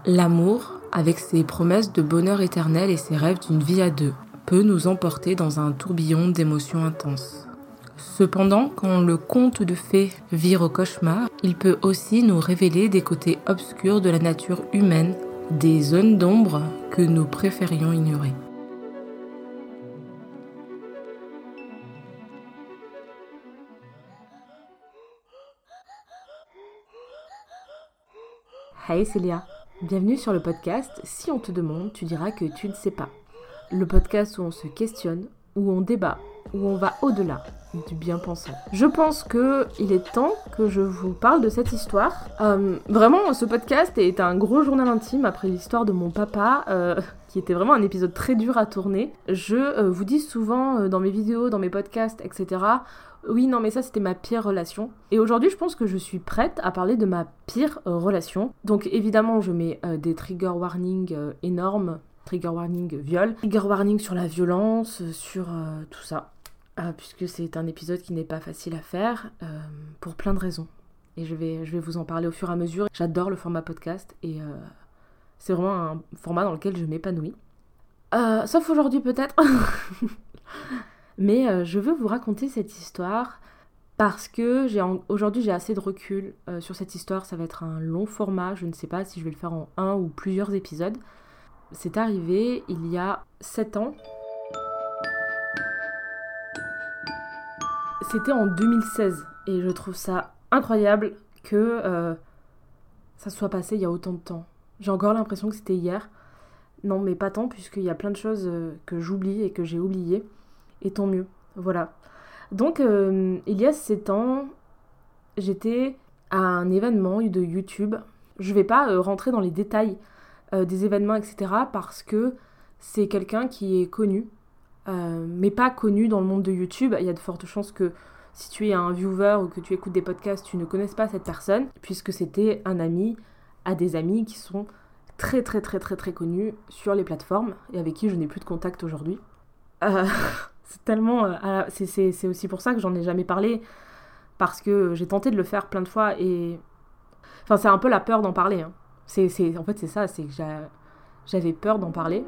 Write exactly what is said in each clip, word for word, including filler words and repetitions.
L'amour, avec ses promesses de bonheur éternel et ses rêves d'une vie à deux, peut nous emporter dans un tourbillon d'émotions intenses. Cependant, quand le conte de fées vire au cauchemar, il peut aussi nous révéler des côtés obscurs de la nature humaine, des zones d'ombre que nous préférions ignorer. Hey Célia, bienvenue sur le podcast Si on te demande, tu diras que tu ne sais pas. Le podcast où on se questionne, où on débat, où on va au-delà du bien-pensant. Je pense qu'il est temps que je vous parle de cette histoire. Euh, vraiment, ce podcast est un gros journal intime après l'histoire de mon papa, euh, qui était vraiment un épisode très dur à tourner. Je euh, vous dis souvent euh, dans mes vidéos, dans mes podcasts, et cetera, oui, non, mais ça, c'était ma pire relation. Et aujourd'hui, je pense que je suis prête à parler de ma pire euh, relation. Donc, évidemment, je mets euh, des trigger warnings euh, énormes. Trigger warning viol. Trigger warning sur la violence, euh, sur euh, tout ça. Euh, puisque c'est un épisode qui n'est pas facile à faire, euh, pour plein de raisons. Et je vais, je vais vous en parler au fur et à mesure. J'adore le format podcast, et euh, c'est vraiment un format dans lequel je m'épanouis. Euh, sauf aujourd'hui, peut-être. Mais euh, je veux vous raconter cette histoire parce que j'ai en... aujourd'hui j'ai assez de recul euh, sur cette histoire. Ça va être un long format, je ne sais pas si je vais le faire en un ou plusieurs épisodes. C'est arrivé il y a sept ans. C'était en deux mille seize et je trouve ça incroyable que euh, ça soit passé il y a autant de temps. J'ai encore l'impression que c'était hier. Non, mais pas tant, puisqu'il y a plein de choses euh, que j'oublie et que j'ai oubliées. Et tant mieux, voilà. Donc, euh, il y a sept ans, j'étais à un événement de YouTube. Je vais pas euh, rentrer dans les détails euh, des événements, et cetera, parce que c'est quelqu'un qui est connu, euh, mais pas connu dans le monde de YouTube. Il y a de fortes chances que si tu es un viewer ou que tu écoutes des podcasts, tu ne connaisses pas cette personne, puisque c'était un ami à des amis qui sont très très très très très connus sur les plateformes et avec qui je n'ai plus de contact aujourd'hui. Euh... C'est tellement... Euh, c'est, c'est, c'est aussi pour ça que j'en ai jamais parlé, parce que j'ai tenté de le faire plein de fois et... Enfin, c'est un peu la peur d'en parler. Hein. C'est, c'est, en fait, c'est ça, c'est que j'ai, j'avais peur d'en parler.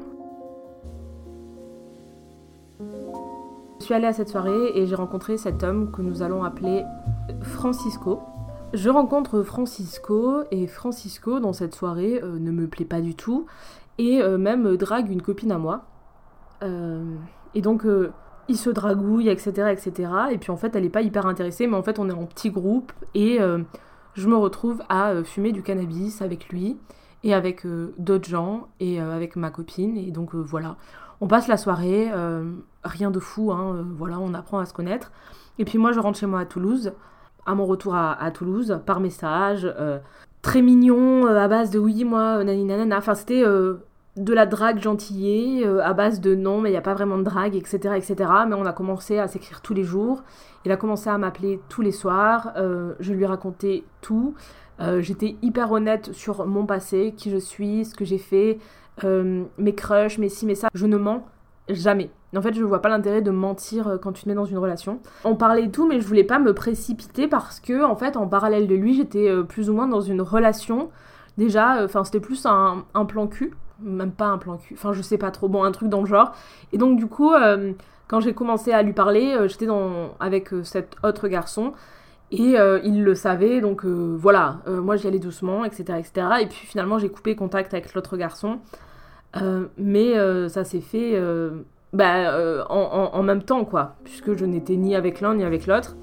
Je suis allée à cette soirée et j'ai rencontré cet homme que nous allons appeler Francisco. Je rencontre Francisco et Francisco, dans cette soirée, euh, ne me plaît pas du tout et euh, même drague une copine à moi. Euh, et donc... Euh, il se dragouille, et cetera, et cetera. Et puis en fait, elle n'est pas hyper intéressée, mais en fait, on est en petit groupe et euh, je me retrouve à euh, fumer du cannabis avec lui et avec euh, d'autres gens et euh, avec ma copine. Et donc euh, voilà, on passe la soirée, euh, rien de fou, hein, euh, voilà, on apprend à se connaître. Et puis moi, je rentre chez moi à Toulouse, à mon retour à, à Toulouse, par message, euh, très mignon, euh, à base de oui, moi, euh, nani nanana. Enfin, c'était... Euh, de la drague gentillée, euh, à base de non, mais il n'y a pas vraiment de drague, et cetera, et cetera. Mais on a commencé à s'écrire tous les jours. Il a commencé à m'appeler tous les soirs. Euh, je lui racontais tout. Euh, j'étais hyper honnête sur mon passé, qui je suis, ce que j'ai fait, euh, mes crushs, mes ci, mes ça. Je ne mens jamais. En fait, je ne vois pas l'intérêt de mentir quand tu te mets dans une relation. On parlait et tout, mais je voulais pas me précipiter parce que, en fait, en parallèle de lui, j'étais euh, plus ou moins dans une relation. Déjà, enfin, euh, c'était plus un, un plan cul. Même pas un plan cul, enfin je sais pas trop, bon un truc dans le genre. Et donc du coup, euh, quand j'ai commencé à lui parler, euh, j'étais dans, avec euh, cet autre garçon, et euh, il le savait, donc euh, voilà, euh, moi j'y allais doucement, et cetera, et cetera. Et puis finalement j'ai coupé contact avec l'autre garçon, euh, mais euh, ça s'est fait euh, bah, euh, en, en, en même temps quoi, puisque je n'étais ni avec l'un ni avec l'autre.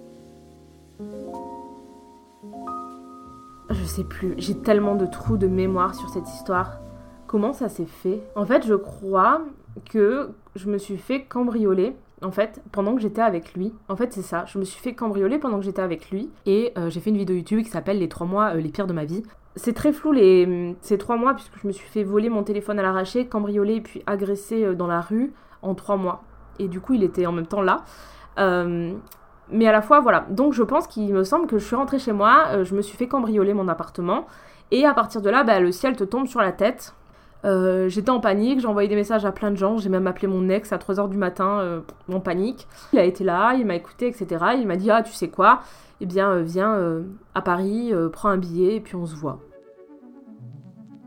Je sais plus, j'ai tellement de trous de mémoire sur cette histoire. Comment ça s'est fait ? En fait, je crois que je me suis fait cambrioler, en fait, pendant que j'étais avec lui. En fait, c'est ça, je me suis fait cambrioler pendant que j'étais avec lui. Et euh, j'ai fait une vidéo YouTube qui s'appelle « Les trois mois euh, les pires de ma vie ». C'est très flou, les... ces trois mois, puisque je me suis fait voler mon téléphone à l'arraché, cambrioler et puis agresser euh, dans la rue en trois mois. Et du coup, il était en même temps là. Euh... Mais à la fois, voilà. Donc, je pense qu'il me semble que je suis rentrée chez moi, euh, je me suis fait cambrioler mon appartement. Et à partir de là, bah, le ciel te tombe sur la tête. Euh, j'étais en panique, j'ai envoyé des messages à plein de gens, j'ai même appelé mon ex à trois heures du matin euh, en panique. Il a été là, il m'a écouté, et cetera. Il m'a dit « Ah, tu sais quoi ? Eh bien, euh, viens euh, à Paris, euh, prends un billet et puis on se voit. »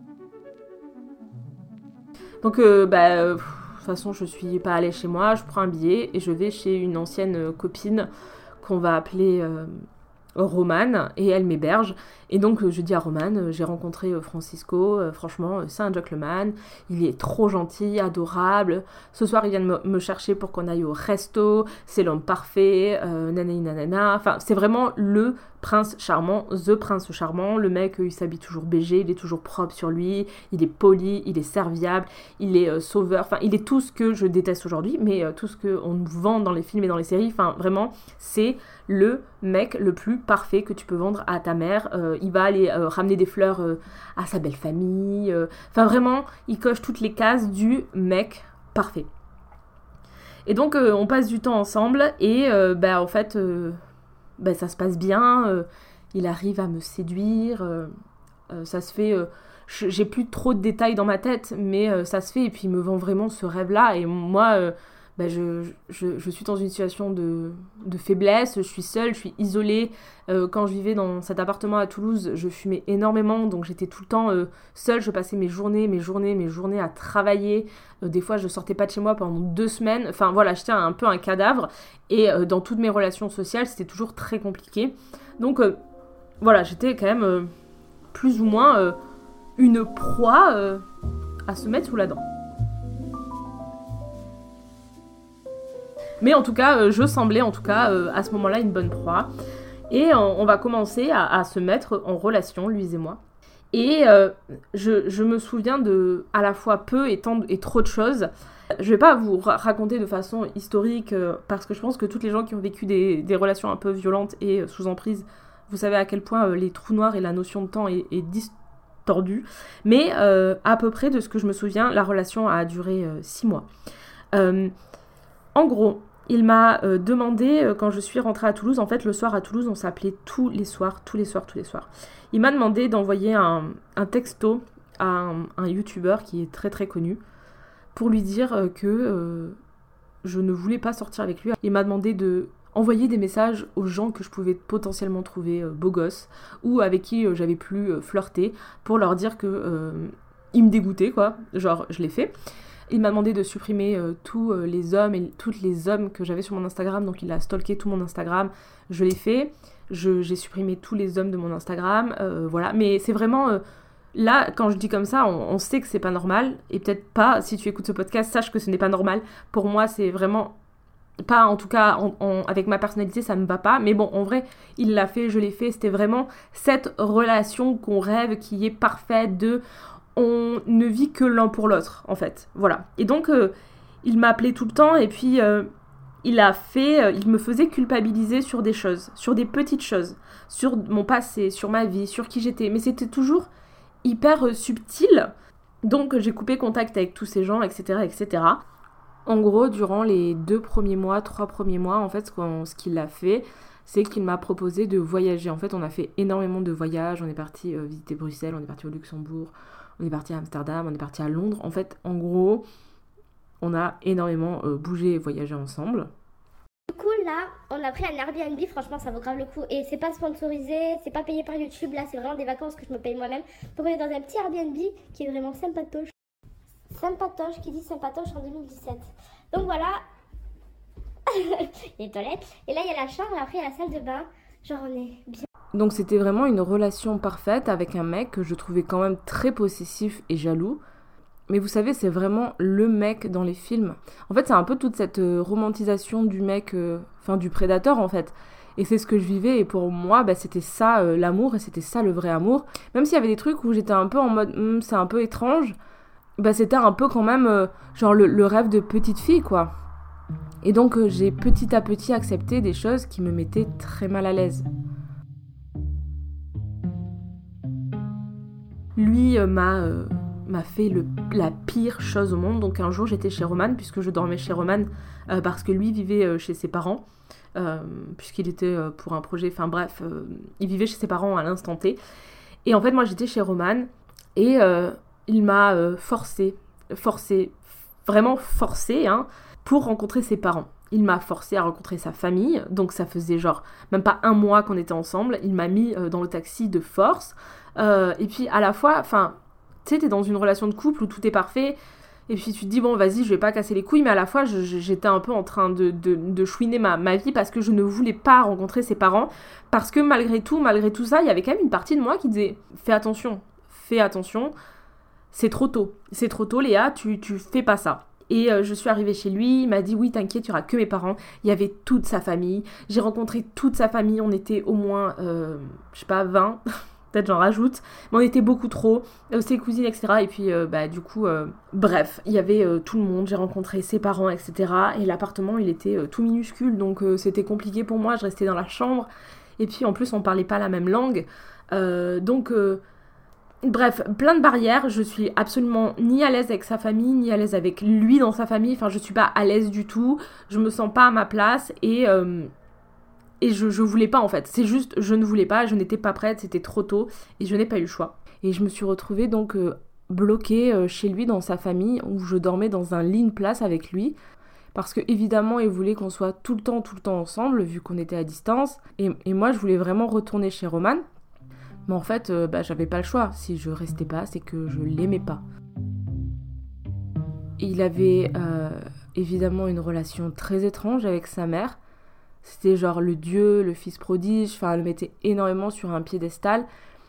Donc, euh, bah, euh, pff, de toute façon, je suis pas allée chez moi, je prends un billet et je vais chez une ancienne euh, copine qu'on va appeler euh, Romane, et elle m'héberge. Et donc, euh, je dis à Romane, euh, j'ai rencontré euh, Francisco, euh, franchement, euh, c'est un gentleman, il est trop gentil, adorable. Ce soir, il vient de me, me chercher pour qu'on aille au resto, c'est l'homme parfait, euh, nanani nanana. Enfin, c'est vraiment le prince charmant, the prince charmant. Le mec, euh, il s'habille toujours B G, il est toujours propre sur lui, il est poli, il est serviable, il est euh, sauveur. Enfin, il est tout ce que je déteste aujourd'hui, mais euh, tout ce qu'on nous vend dans les films et dans les séries. Enfin, vraiment, c'est le mec le plus parfait que tu peux vendre à ta mère. Euh, il va aller euh, ramener des fleurs euh, à sa belle famille. Euh. Enfin, vraiment, il coche toutes les cases du mec parfait. Et donc, euh, on passe du temps ensemble et, euh, bah, en fait, euh, bah, ça se passe bien. Euh, il arrive à me séduire. Euh, euh, ça se fait... Euh, j'ai plus trop de détails dans ma tête, mais euh, ça se fait. Et puis, il me vend vraiment ce rêve-là. Et moi... Euh, bah je, je, je suis dans une situation de, de faiblesse, je suis seule, je suis isolée. Euh, quand je vivais dans cet appartement à Toulouse, je fumais énormément, donc j'étais tout le temps euh, seule. Je passais mes journées, mes journées, mes journées à travailler. Euh, des fois, je sortais pas de chez moi pendant deux semaines. Enfin voilà, j'étais un peu un cadavre. Et euh, dans toutes mes relations sociales, c'était toujours très compliqué. Donc euh, voilà, j'étais quand même euh, plus ou moins euh, une proie euh, à se mettre sous la dent. Mais en tout cas, euh, je semblais en tout cas euh, à ce moment-là une bonne proie. Et euh, on va commencer à, à se mettre en relation, lui et moi. Et euh, je, je me souviens de à la fois peu et, tant, et trop de choses. Je vais pas vous ra- raconter de façon historique, euh, parce que je pense que toutes les gens qui ont vécu des, des relations un peu violentes et euh, sous emprise, vous savez à quel point euh, les trous noirs et la notion de temps est, est distordue. Mais euh, à peu près de ce que je me souviens, la relation a duré euh, six mois. Euh, en gros... Il m'a euh, demandé, euh, quand je suis rentrée à Toulouse, en fait le soir à Toulouse on s'appelait tous les soirs, tous les soirs, tous les soirs. Il m'a demandé d'envoyer un, un texto à un, un youtubeur qui est très très connu pour lui dire euh, que euh, je ne voulais pas sortir avec lui. Il m'a demandé de envoyer des messages aux gens que je pouvais potentiellement trouver euh, beaux gosses ou avec qui euh, j'avais pu euh, flirter pour leur dire que euh, ils me dégoûtaient quoi, genre je l'ai fait. Il m'a demandé de supprimer euh, tous euh, les hommes et toutes les hommes que j'avais sur mon Instagram. Donc il a stalké tout mon Instagram. Je l'ai fait. Je, j'ai supprimé tous les hommes de mon Instagram. Euh, voilà. Mais c'est vraiment... Euh, là, quand je dis comme ça, on, on sait que c'est pas normal. Et peut-être pas, si tu écoutes ce podcast, sache que ce n'est pas normal. Pour moi, c'est vraiment... Pas, en tout cas, en, en, avec ma personnalité, ça ne me va pas. Mais bon, en vrai, il l'a fait, je l'ai fait. C'était vraiment cette relation qu'on rêve, qui est parfaite de... On ne vit que l'un pour l'autre, en fait. Voilà. Et donc, euh, il m'appelait tout le temps, et puis euh, il a fait... Euh, il me faisait culpabiliser sur des choses, sur des petites choses, sur mon passé, sur ma vie, sur qui j'étais. Mais c'était toujours hyper euh, subtil. Donc, j'ai coupé contact avec tous ces gens, et cetera, et cetera. En gros, durant les deux premiers mois, trois premiers mois, en fait, ce, qu'on, ce qu'il a fait, c'est qu'il m'a proposé de voyager. En fait, on a fait énormément de voyages. On est parti euh, visiter Bruxelles, on est parti au Luxembourg, on est parti à Amsterdam, on est parti à Londres. En fait, en gros, on a énormément euh, bougé et voyagé ensemble. Du coup, là, on a pris un Airbnb. Franchement, ça vaut grave le coup. Et c'est pas sponsorisé, c'est pas payé par YouTube. Là, c'est vraiment des vacances que je me paye moi-même. Donc, on est dans un petit Airbnb qui est vraiment sympatoche. Sympatoche, qui dit sympatoche en deux mille dix-sept. Donc, voilà. Les toilettes. Et là, il y a la chambre. Et après, il y a la salle de bain. Genre, on est bien. Donc c'était vraiment une relation parfaite avec un mec que je trouvais quand même très possessif et jaloux. Mais vous savez, c'est vraiment le mec dans les films. En fait, c'est un peu toute cette euh, romantisation du mec, euh, enfin du prédateur en fait. Et c'est ce que je vivais, et pour moi, bah, c'était ça euh, l'amour, et c'était ça le vrai amour. Même s'il y avait des trucs où j'étais un peu en mode, hm, c'est un peu étrange, bah c'était un peu quand même euh, genre le, le rêve de petite fille quoi. Et donc euh, j'ai petit à petit accepté des choses qui me mettaient très mal à l'aise. Lui euh, m'a, euh, m'a fait le, la pire chose au monde. Donc un jour j'étais chez Romane, puisque je dormais chez Romane, euh, parce que lui vivait euh, chez ses parents, euh, puisqu'il était euh, pour un projet, enfin bref, euh, il vivait chez ses parents à l'instant T. Et en fait moi j'étais chez Romane, et euh, il m'a euh, forcé, forcé, vraiment forcé, hein, pour rencontrer ses parents. Il m'a forcé à rencontrer sa famille, donc ça faisait genre même pas un mois qu'on était ensemble. Il m'a mis euh, dans le taxi de force. Euh, et puis à la fois, enfin, tu sais, t'es dans une relation de couple où tout est parfait. Et puis tu te dis, bon, vas-y, je vais pas casser les couilles, mais à la fois, je, je, j'étais un peu en train de, de, de chouiner ma, ma vie parce que je ne voulais pas rencontrer ses parents. Parce que malgré tout, malgré tout ça, il y avait quand même une partie de moi qui disait, fais attention, fais attention, c'est trop tôt. C'est trop tôt, Léa, tu, tu fais pas ça. Et euh, je suis arrivée chez lui, il m'a dit, oui, t'inquiète, il y aura que mes parents. Il y avait toute sa famille. J'ai rencontré toute sa famille, on était au moins, euh, je sais pas, vingt peut-être j'en rajoute, mais on était beaucoup trop, euh, ses cousines, et cetera. Et puis, euh, bah, du coup, euh, bref, il y avait euh, tout le monde, j'ai rencontré ses parents, et cetera. Et l'appartement, il était euh, tout minuscule, donc euh, c'était compliqué pour moi, je restais dans la chambre. Et puis, en plus, on parlait pas la même langue. Euh, donc, euh, bref, plein de barrières. Je suis absolument ni à l'aise avec sa famille, ni à l'aise avec lui dans sa famille. Enfin, je suis pas à l'aise du tout. Je me sens pas à ma place. Et... Euh, Et je, je voulais pas en fait, c'est juste je ne voulais pas, je n'étais pas prête, c'était trop tôt et je n'ai pas eu le choix. Et je me suis retrouvée donc euh, bloquée euh, chez lui dans sa famille où je dormais dans un lit une place avec lui parce que évidemment il voulait qu'on soit tout le temps tout le temps ensemble vu qu'on était à distance et, et moi je voulais vraiment retourner chez Roman mais en fait euh, bah, j'avais pas le choix, si je restais pas c'est que je l'aimais pas. Et il avait euh, évidemment une relation très étrange avec sa mère. C'était genre le dieu, le fils prodige, enfin elle le mettait énormément sur un piédestal.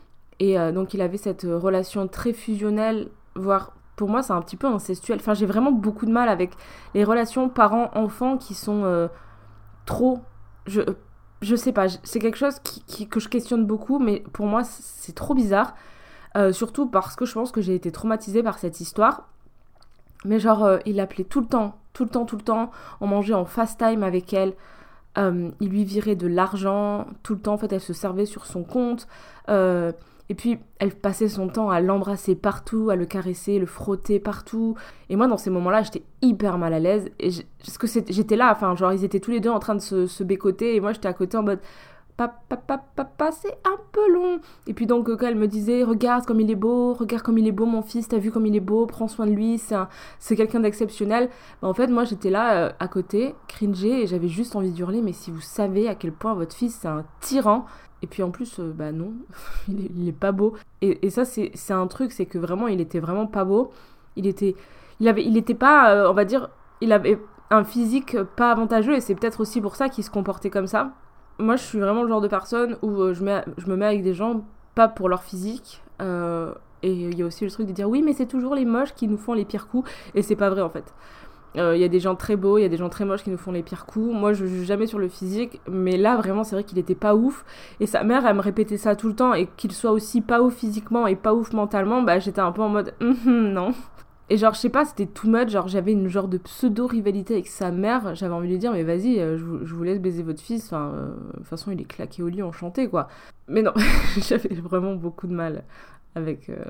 Et euh, donc il avait cette relation très fusionnelle, voire pour moi c'est un petit peu incestuel. Enfin j'ai vraiment beaucoup de mal avec les relations parents-enfants qui sont euh, trop... Je, je sais pas, c'est quelque chose qui, qui, que je questionne beaucoup, mais pour moi c'est trop bizarre. Euh, surtout parce que je pense que j'ai été traumatisée par cette histoire. Mais genre euh, il l'appelait tout le temps, tout le temps, tout le temps. On mangeait en fast time avec elle. Euh, il lui virait de l'argent tout le temps, en fait elle se servait sur son compte euh, et puis elle passait son temps à l'embrasser partout, à le caresser, le frotter partout et moi dans ces moments-là j'étais hyper mal à l'aise et j'... parce que j'étais là, enfin genre ils étaient tous les deux en train de se, se bécoter et moi j'étais à côté en mode papa, papa, papa, c'est un peu long. Et puis donc quand elle me disait regarde comme il est beau, regarde comme il est beau mon fils, t'as vu comme il est beau, prends soin de lui, c'est, un, c'est quelqu'un d'exceptionnel. Bah, en fait moi j'étais là euh, à côté, cringée et j'avais juste envie d'hurler mais si vous savez à quel point votre fils c'est un tyran. Et puis en plus euh, bah non, il, est, il est pas beau. Et, et ça c'est, c'est un truc, c'est que vraiment il était vraiment pas beau. Il était, il avait, il était pas, euh, on va dire, il avait un physique pas avantageux et c'est peut-être aussi pour ça qu'il se comportait comme ça. Moi, je suis vraiment le genre de personne où euh, je, mets, je me mets avec des gens, pas pour leur physique. Euh, et il y a aussi le truc de dire, oui, mais c'est toujours les moches qui nous font les pires coups. Et c'est pas vrai, en fait. Il euh, y a des gens très beaux, il y a des gens très moches qui nous font les pires coups. Moi, je juge jamais sur le physique. Mais là, vraiment, c'est vrai qu'il était pas ouf. Et sa mère, elle me répétait ça tout le temps. Et qu'il soit aussi pas ouf physiquement et pas ouf mentalement, bah, j'étais un peu en mode, mm-hmm, non. Et genre, je sais pas, c'était too much, genre j'avais une genre de pseudo-rivalité avec sa mère, j'avais envie de lui dire, mais vas-y, euh, je, vous, je vous laisse baiser votre fils, enfin, euh, de toute façon, il est claqué au lit, enchanté, quoi. Mais non, j'avais vraiment beaucoup de mal avec euh,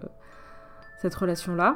cette relation-là.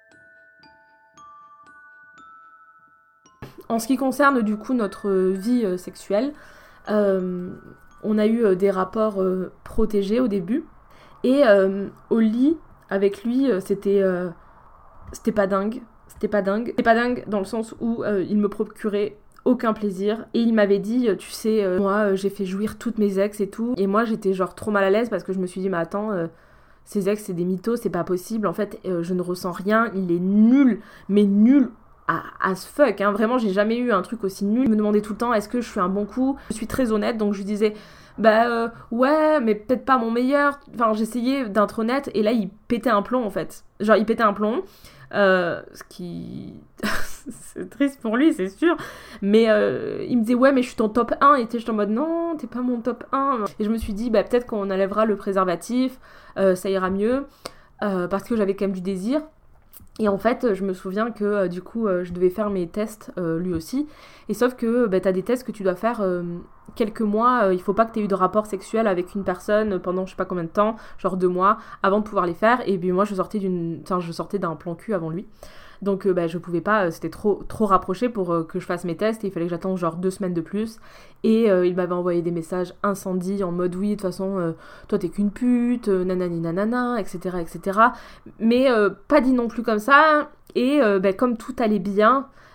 En ce qui concerne, du coup, notre vie euh, sexuelle, euh, on a eu euh, des rapports euh, protégés au début, et euh, au lit, avec lui, euh, c'était... Euh, C'était pas dingue, c'était pas dingue. C'était pas dingue dans le sens où euh, il me procurait aucun plaisir. Et il m'avait dit, tu sais, euh, moi euh, j'ai fait jouir toutes mes ex et tout. Et moi j'étais genre trop mal à l'aise parce que je me suis dit, mais attends, euh, ces ex c'est des mythos, c'est pas possible. En fait, euh, je ne ressens rien, il est nul, mais nul à as fuck. Hein. Vraiment, j'ai jamais eu un truc aussi nul. Il me demandait tout le temps, est-ce que je suis un bon coup ? Je suis très honnête, donc je lui disais... Bah euh, ouais, mais peut-être pas mon meilleur. Enfin, j'essayais d'être honnête et là, il pétait un plomb en fait. Genre, il pétait un plomb. Euh, ce qui... c'est triste pour lui, c'est sûr. Mais euh, il me disait, ouais, mais je suis ton top un. Et j'étais en mode, non, t'es pas mon top un. Et je me suis dit, bah peut-être qu'on enlèvera le préservatif, euh, ça ira mieux. Euh, parce que j'avais quand même du désir. Et en fait, je me souviens que euh, du coup, euh, je devais faire mes tests, euh, lui aussi. Et sauf que bah, t'as des tests que tu dois faire euh, quelques mois. Euh, il faut pas que t'aies eu de rapport sexuel avec une personne pendant je sais pas combien de temps, genre deux mois, avant de pouvoir les faire. Et puis moi, je sortais d'une, enfin, je sortais d'un plan cul avant lui. Donc euh, bah, je pouvais pas, euh, c'était trop, trop rapproché pour euh, que je fasse mes tests. Et il fallait que j'attende genre deux semaines de plus. Et euh, il m'avait envoyé des messages incendies en mode oui, de toute façon, euh, toi t'es qu'une pute, euh, nanani nanana, et cetera, et cetera. Mais euh, pas dit non plus comme ça. Et euh, bah, comme tout allait bien,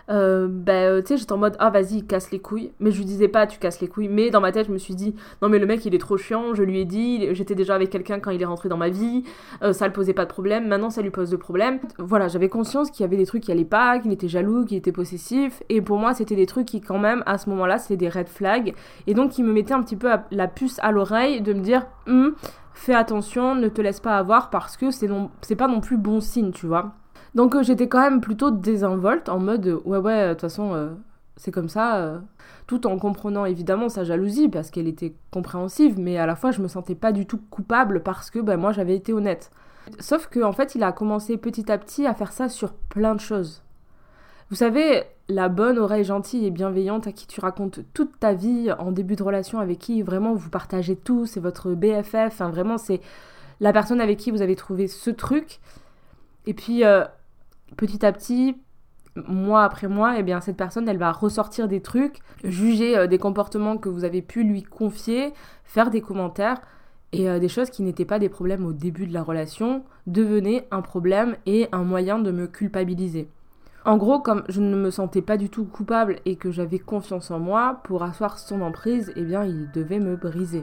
euh, bah, tu sais, j'étais en mode, ah vas-y, casse les couilles. Mais je lui disais pas, tu casses les couilles. Mais dans ma tête, je me suis dit, non mais le mec, il est trop chiant, je lui ai dit, j'étais déjà avec quelqu'un quand il est rentré dans ma vie, euh, ça le posait pas de problème, maintenant ça lui pose de problème. Voilà, j'avais conscience qu'il y avait des trucs qui allaient pas, qu'il était jaloux, qu'il était possessif, et pour moi, c'était des trucs qui quand même, à ce moment-là, c'était des red flags, et donc qui me mettaient un petit peu la puce à l'oreille de me dire, hm, fais attention, ne te laisse pas avoir, parce que c'est, non, c'est pas non plus bon signe, tu vois. Donc euh, j'étais quand même plutôt désinvolte, en mode, euh, ouais ouais, de toute façon, euh, c'est comme ça, euh, tout en comprenant évidemment sa jalousie, parce qu'elle était compréhensive, mais à la fois je me sentais pas du tout coupable, parce que bah, moi j'avais été honnête. Sauf qu'en fait, il a commencé petit à petit à faire ça sur plein de choses. Vous savez, la bonne oreille gentille et bienveillante à qui tu racontes toute ta vie en début de relation, avec qui vraiment vous partagez tout, c'est votre B F F, enfin vraiment c'est la personne avec qui vous avez trouvé ce truc. Et puis euh, petit à petit, mois après mois, eh bien cette personne elle va ressortir des trucs, juger euh, des comportements que vous avez pu lui confier, faire des commentaires. Et euh, des choses qui n'étaient pas des problèmes au début de la relation devenaient un problème et un moyen de me culpabiliser. En gros, comme je ne me sentais pas du tout coupable et que j'avais confiance en moi, pour asseoir son emprise, eh bien, il devait me briser.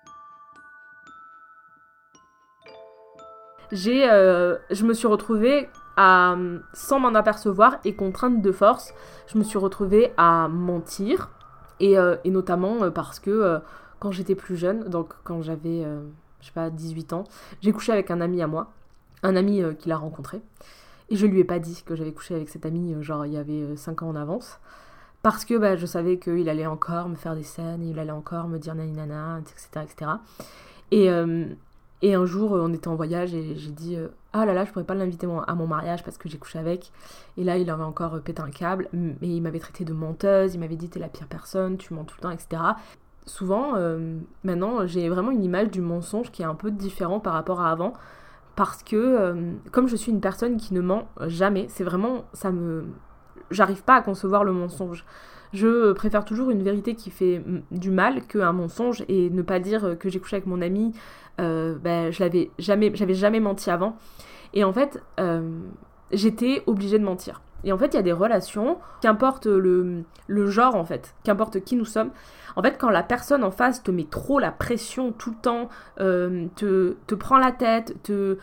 J'ai, euh, je me suis retrouvée à, sans m'en apercevoir et contrainte de force, je me suis retrouvée à mentir, et, euh, et notamment parce que... Euh, quand j'étais plus jeune, donc quand j'avais, euh, je sais pas, dix-huit ans, j'ai couché avec un ami à moi, un ami euh, qu'il a rencontré, et je lui ai pas dit que j'avais couché avec cet ami, euh, genre il y avait euh, cinq ans en avance, parce que bah, je savais qu'il allait encore me faire des scènes, il allait encore me dire naninana, et cetera, et cetera. Et, euh, et un jour, on était en voyage et j'ai dit euh, « Ah là là, je pourrais pas l'inviter à mon mariage parce que j'ai couché avec. » Et là, il avait encore pété un câble, mais il m'avait traité de menteuse, il m'avait dit « T'es la pire personne, tu mens tout le temps, et cetera » Souvent, euh, maintenant, j'ai vraiment une image du mensonge qui est un peu différente par rapport à avant, parce que, euh, comme je suis une personne qui ne ment jamais, c'est vraiment, ça me... J'arrive pas à concevoir le mensonge. Je préfère toujours une vérité qui fait du mal qu'un mensonge, et ne pas dire que j'ai couché avec mon ami, euh, ben, je l'avais jamais, j'avais jamais menti avant. Et en fait, euh, j'étais obligée de mentir. Et en fait, il y a des relations, qu'importe le, le genre en fait, qu'importe qui nous sommes, en fait, quand la personne en face te met trop la pression tout le temps, euh, te, te prend la tête, te,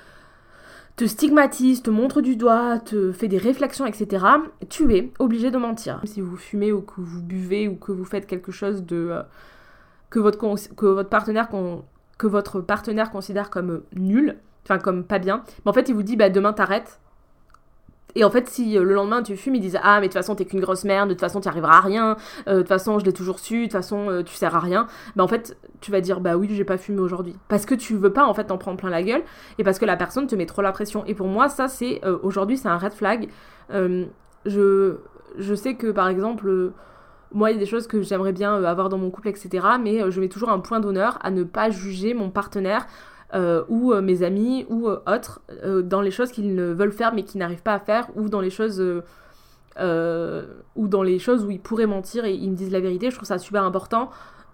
te stigmatise, te montre du doigt, te fait des réflexions, et cetera, tu es obligé de mentir. Si vous fumez ou que vous buvez ou que vous faites quelque chose de, euh, que, votre, que, votre partenaire, que votre partenaire considère comme nul, enfin comme pas bien, mais en fait, il vous dit bah, « demain, t'arrêtes ». Et en fait, si euh, le lendemain tu fumes, ils disent « Ah, mais de toute façon, t'es qu'une grosse merde, de toute façon, t'y arriveras à rien, euh, de toute façon, je l'ai toujours su, de toute façon, euh, tu sers à rien. » Bah en fait, tu vas dire « Bah oui, j'ai pas fumé aujourd'hui. » Parce que tu veux pas, en fait, t'en prendre plein la gueule, et parce que la personne te met trop la pression. Et pour moi, ça, c'est... Euh, aujourd'hui, c'est un red flag. Euh, je, je sais que, par exemple... Euh, moi, il y a des choses que j'aimerais bien euh, avoir dans mon couple, et cetera. Mais euh, je mets toujours un point d'honneur à ne pas juger mon partenaire Euh, ou euh, mes amis ou euh, autres euh, dans les choses qu'ils ne veulent faire mais qu'ils n'arrivent pas à faire, ou dans les choses euh, euh, ou dans les choses où ils pourraient mentir et ils me disent la vérité. Je trouve ça super important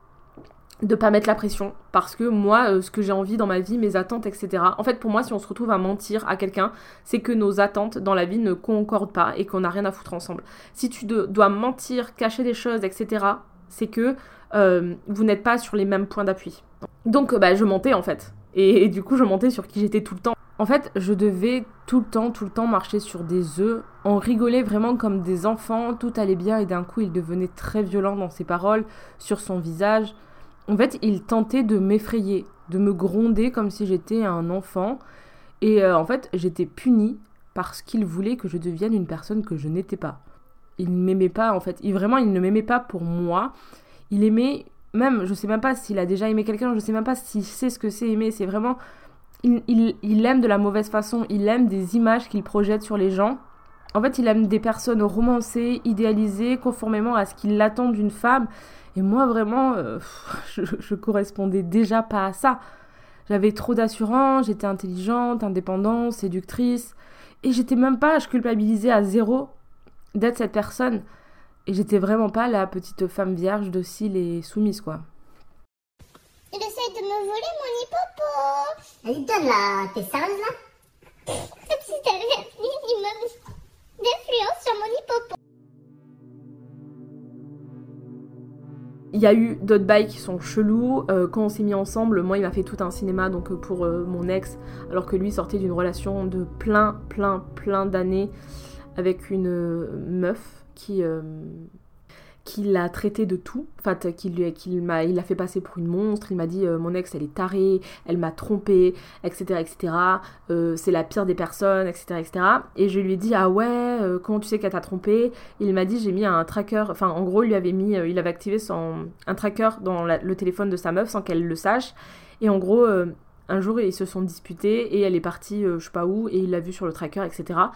de pas mettre la pression, parce que moi euh, ce que j'ai envie dans ma vie, mes attentes, etc., en fait pour moi si on se retrouve à mentir à quelqu'un, c'est que nos attentes dans la vie ne concordent pas et qu'on n'a rien à foutre ensemble. Si tu de, dois mentir, cacher des choses, etc., c'est que euh, vous n'êtes pas sur les mêmes points d'appui. Donc bah je mentais en fait. Et, et du coup, je mentais sur qui j'étais tout le temps. En fait, je devais tout le temps, tout le temps marcher sur des œufs. On rigolait vraiment comme des enfants, tout allait bien et d'un coup, il devenait très violent dans ses paroles, sur son visage. En fait, il tentait de m'effrayer, de me gronder comme si j'étais un enfant. Et euh, en fait, j'étais punie parce qu'il voulait que je devienne une personne que je n'étais pas. Il ne m'aimait pas, en fait. Il, vraiment, il ne m'aimait pas pour moi. Il aimait... Même, je sais même pas s'il a déjà aimé quelqu'un, je sais même pas s'il sait ce que c'est aimer, c'est vraiment... Il, il, il aime de la mauvaise façon, il aime des images qu'il projette sur les gens. En fait, il aime des personnes romancées, idéalisées, conformément à ce qu'il attend d'une femme. Et moi, vraiment, euh, je, je correspondais déjà pas à ça. J'avais trop d'assurance, j'étais intelligente, indépendante, séductrice. Et j'étais même pas, je culpabilisais à zéro d'être cette personne. Et j'étais vraiment pas la petite femme vierge, docile et soumise, quoi. Il essaye de me voler mon hippopo. Allez, donne là, t'es sérieuse là? Comme si t'avais un minimum d'influence sur mon hippopo. Il y a eu d'autres bails qui sont chelous. Euh, quand on s'est mis ensemble, moi il m'a fait tout un cinéma donc pour euh, mon ex, alors que lui sortait d'une relation de plein, plein, plein d'années avec une euh, meuf qui, euh, qui l'a traité de tout. Enfin, qui lui, qui m'a, il l'a fait passer pour une monstre. Il m'a dit euh, mon ex elle est tarée, elle m'a trompée, et cetera, et cetera. Euh, c'est la pire des personnes, et cetera, et cetera. Et je lui ai dit ah ouais, euh, comment tu sais qu'elle t'a trompée? Il m'a dit j'ai mis un tracker. Enfin, en gros, il lui avait mis, euh, il avait activé son un tracker dans la, le téléphone de sa meuf sans qu'elle le sache. Et en gros, euh, un jour ils se sont disputés et elle est partie, euh, je sais pas où, et il l'a vu sur le tracker, et cetera.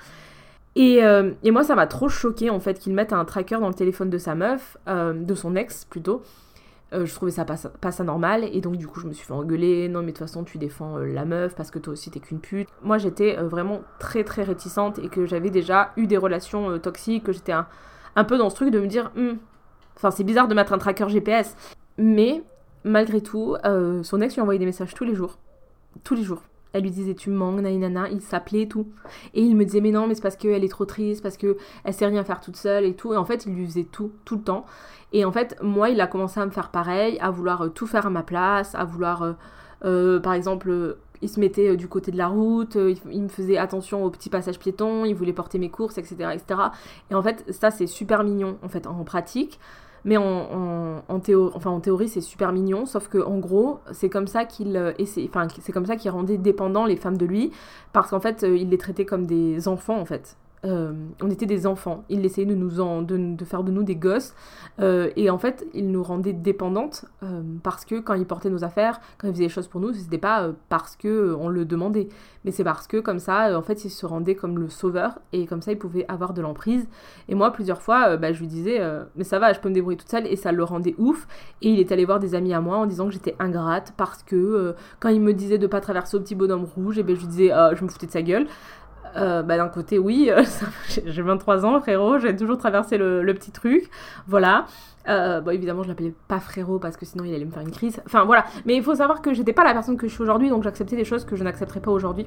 Et, euh, et moi ça m'a trop choquée en fait qu'il mette un tracker dans le téléphone de sa meuf, euh, de son ex plutôt. Euh, je trouvais ça pas, pas ça normal et donc du coup je me suis fait engueuler. Non mais de toute façon tu défends euh, la meuf parce que toi aussi t'es qu'une pute. Moi j'étais euh, vraiment très très réticente et que j'avais déjà eu des relations euh, toxiques, que j'étais un, un peu dans ce truc de me dire hm, enfin c'est bizarre de mettre un tracker G P S. Mais malgré tout euh, son ex lui envoyait des messages tous les jours. Tous les jours. Elle lui disait tu me manques, naninana, il s'appelait et tout. Et il me disait mais non mais c'est parce qu'elle est trop triste, parce qu'elle sait rien faire toute seule et tout. Et en fait il lui faisait tout, tout le temps. Et en fait moi il a commencé à me faire pareil, à vouloir euh, tout faire à ma place, à vouloir euh, euh, par exemple euh, il se mettait euh, du côté de la route, euh, il, il me faisait attention aux petits passages piétons, il voulait porter mes courses, et cetera, et cetera. Et en fait ça c'est super mignon en fait en pratique. Mais en, en, en, théo, enfin, en théorie, c'est super mignon, sauf que en gros, c'est comme ça qu'il euh, essaie, enfin, c'est comme ça qu'il rendait dépendants les femmes de lui, parce qu'en fait, euh, il les traitait comme des enfants, en fait. Euh, on était des enfants. Il essayait de nous en, de, de faire de nous des gosses, euh, et en fait, il nous rendait dépendantes euh, parce que quand il portait nos affaires, quand il faisait des choses pour nous, c'était pas euh, parce que euh, on le demandait, mais c'est parce que comme ça, euh, en fait, il se rendait comme le sauveur, et comme ça, il pouvait avoir de l'emprise. Et moi, plusieurs fois, euh, bah, je lui disais, euh, mais ça va, je peux me débrouiller toute seule, et ça le rendait ouf. Et il est allé voir des amis à moi en disant que j'étais ingrate parce que euh, quand il me disait de pas traverser au petit bonhomme rouge, et ben je lui disais, euh, je me foutais de sa gueule. Euh, bah d'un côté oui, euh, ça, j'ai vingt-trois ans frérot, j'ai toujours traversé le, le petit truc, voilà. Euh, bon évidemment je l'appelais pas frérot parce que sinon il allait me faire une crise, enfin voilà. Mais il faut savoir que j'étais pas la personne que je suis aujourd'hui, donc j'acceptais des choses que je n'accepterais pas aujourd'hui.